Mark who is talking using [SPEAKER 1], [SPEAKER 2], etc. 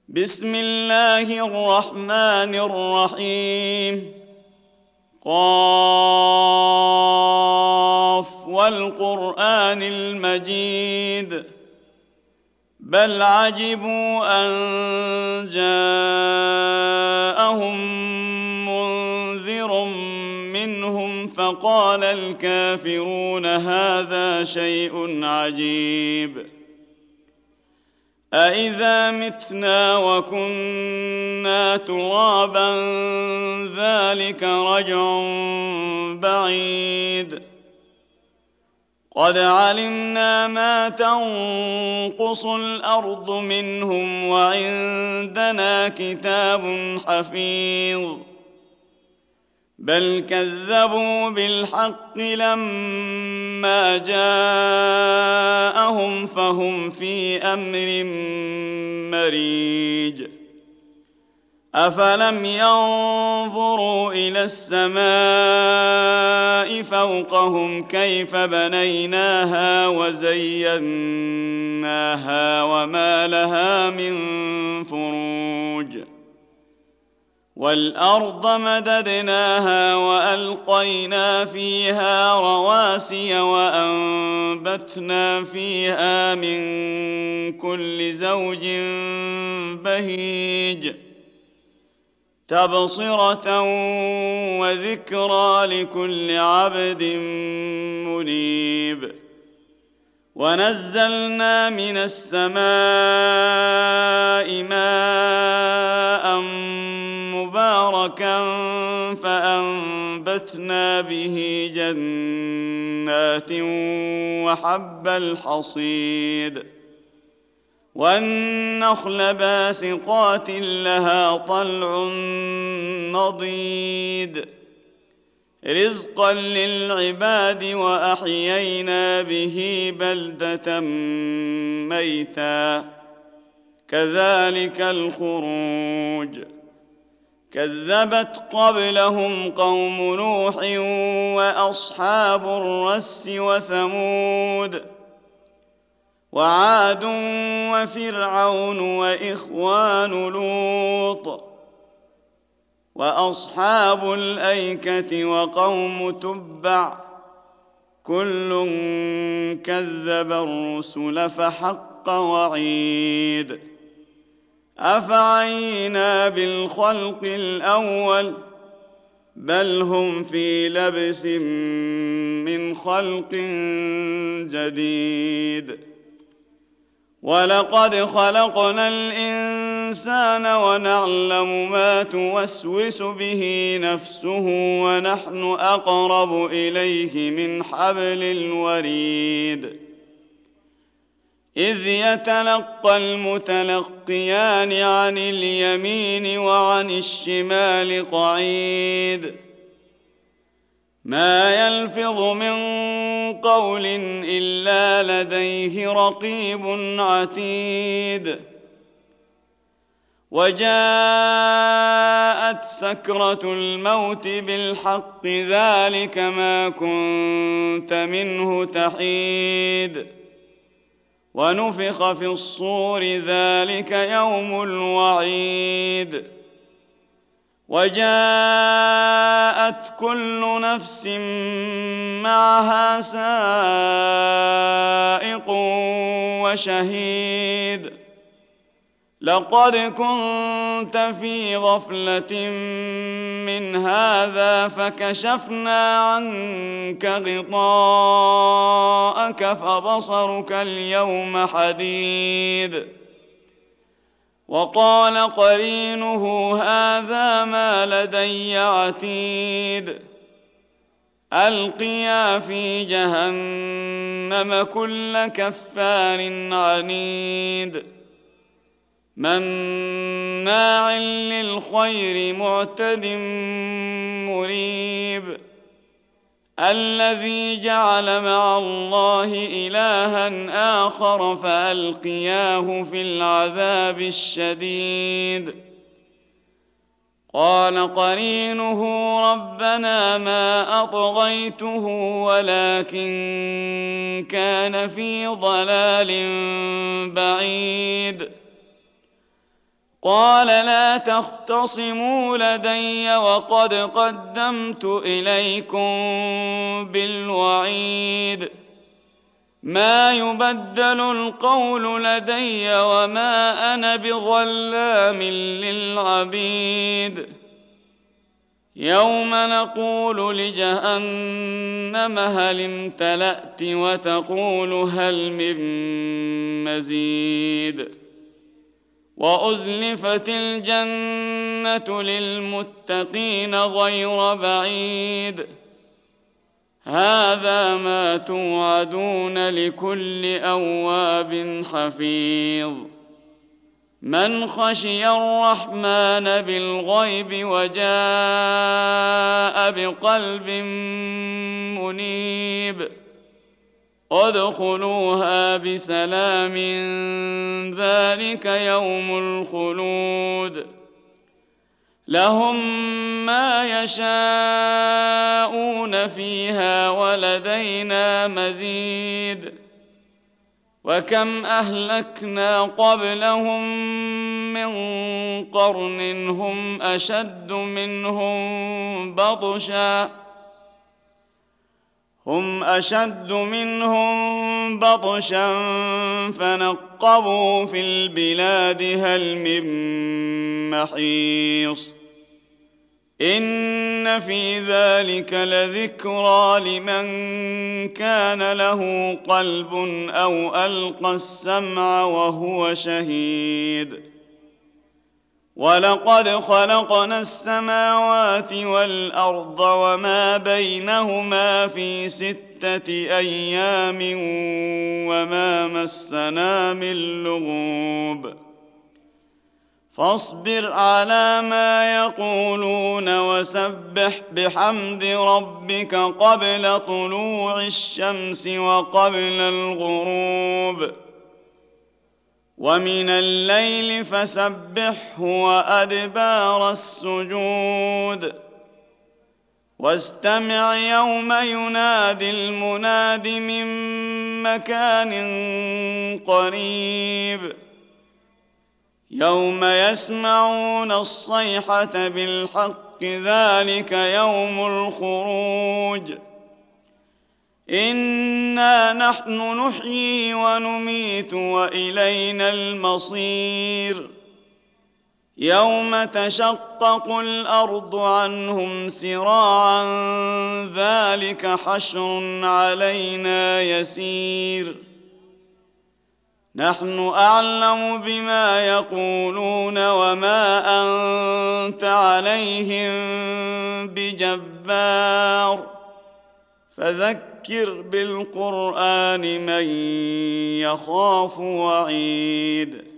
[SPEAKER 1] بسم الله الرحمن الرحيم. قاف والقرآن المجيد بل عجبوا أن جاءهم منذر منهم فقال الكافرون هذا شيء عجيب أإذا متنا وكنا ترابا ذلك رجع بعيد قد علمنا ما تنقص الأرض منهم وعندنا كتاب حفيظ بل كذبوا بالحق لما جاءهم فهم في أمر مريج أفلم ينظروا إلى السماء فوقهم كيف بنيناها وزيناها وما لها من فروج والأرض مددناها وألقينا فيها رواسي وأنبتنا فيها من كل زوج بهيج تبصرة وذكرى لكل عبد منيب ونزلنا من السماء ماء مباركا فأنبتنا به جنات وحب الحصيد والنخل باسقات لها طلع نضيد رزقا للعباد وأحيينا به بلدة ميتا كذلك الخروج كذبت قبلهم قوم نوح وأصحاب الرس وثمود وعاد وفرعون وإخوان لوط وأصحاب الأيكة وقوم تبع كل كذب الرسل فحق وعيد أفعينا بالخلق الأول بل هم في لبس من خلق جديد ولقد خلقنا الإنسان ونعلم ما توسوس به نفسه ونحن أقرب إليه من حبل الوريد إذ يتلقى المتلقيان عن اليمين وعن الشمال قعيد ما يلفظ من قول إلا لديه رقيب عتيد وجاءت سكرة الموت بالحق ذلك ما كنت منه تحيد ونفخ في الصور ذلك يوم الوعيد وجاءت كل نفس معها سائق وشهيد لقد كنت في غفلة من هذا فكشفنا عنك غطاءك فبصرك اليوم حديد وقال قرينه هذا ما لدي عتيد ألقيا في جهنم كل كفار عنيد مناع للخير معتد مريب الذي جعل مع الله إلها آخر فألقياه في العذاب الشديد قال قرينه ربنا ما أطغيته ولكن كان في ضلال بعيد قال لا تختصموا لدي وقد قدمت إليكم بالوعيد ما يبدل القول لدي وما أنا بظلام للعبيد يوم نقول لجهنم هل امتلأت وتقول هل من مزيد وأزلفت الجنة للمتقين غير بعيد هذا ما توعدون لكل أواب حفيظ من خشي الرحمن بالغيب وجاء بقلب منيب ادخلوها بسلام ذلك يوم الخلود لهم ما يشاءون فيها ولدينا مزيد وكم أهلكنا قبلهم من قرن هم أشد منهم بطشا فنقبوا في البلاد هل من محيص إن في ذلك لذكرى لمن كان له قلب أو ألقى السمع وهو شهيد ولقد خلقنا السماوات والأرض وما بينهما في 6 أيام وما مسنا من لغوب فاصبر على ما يقولون وسبح بحمد ربك قبل طلوع الشمس وقبل الغروب ومن الليل فسبحه وأدبار السجود واستمع يوم ينادي المناد من مكان قريب يوم يسمعون الصيحة بالحق ذلك يوم الخروج إنا نحن نحيي ونميت وإلينا المصير يوم تشقق الأرض عنهم سراعا ذلك حشر علينا يسير نحن أعلم بما يقولون وما أنت عليهم بجبار فذكر بالقرآن من يخاف وعيد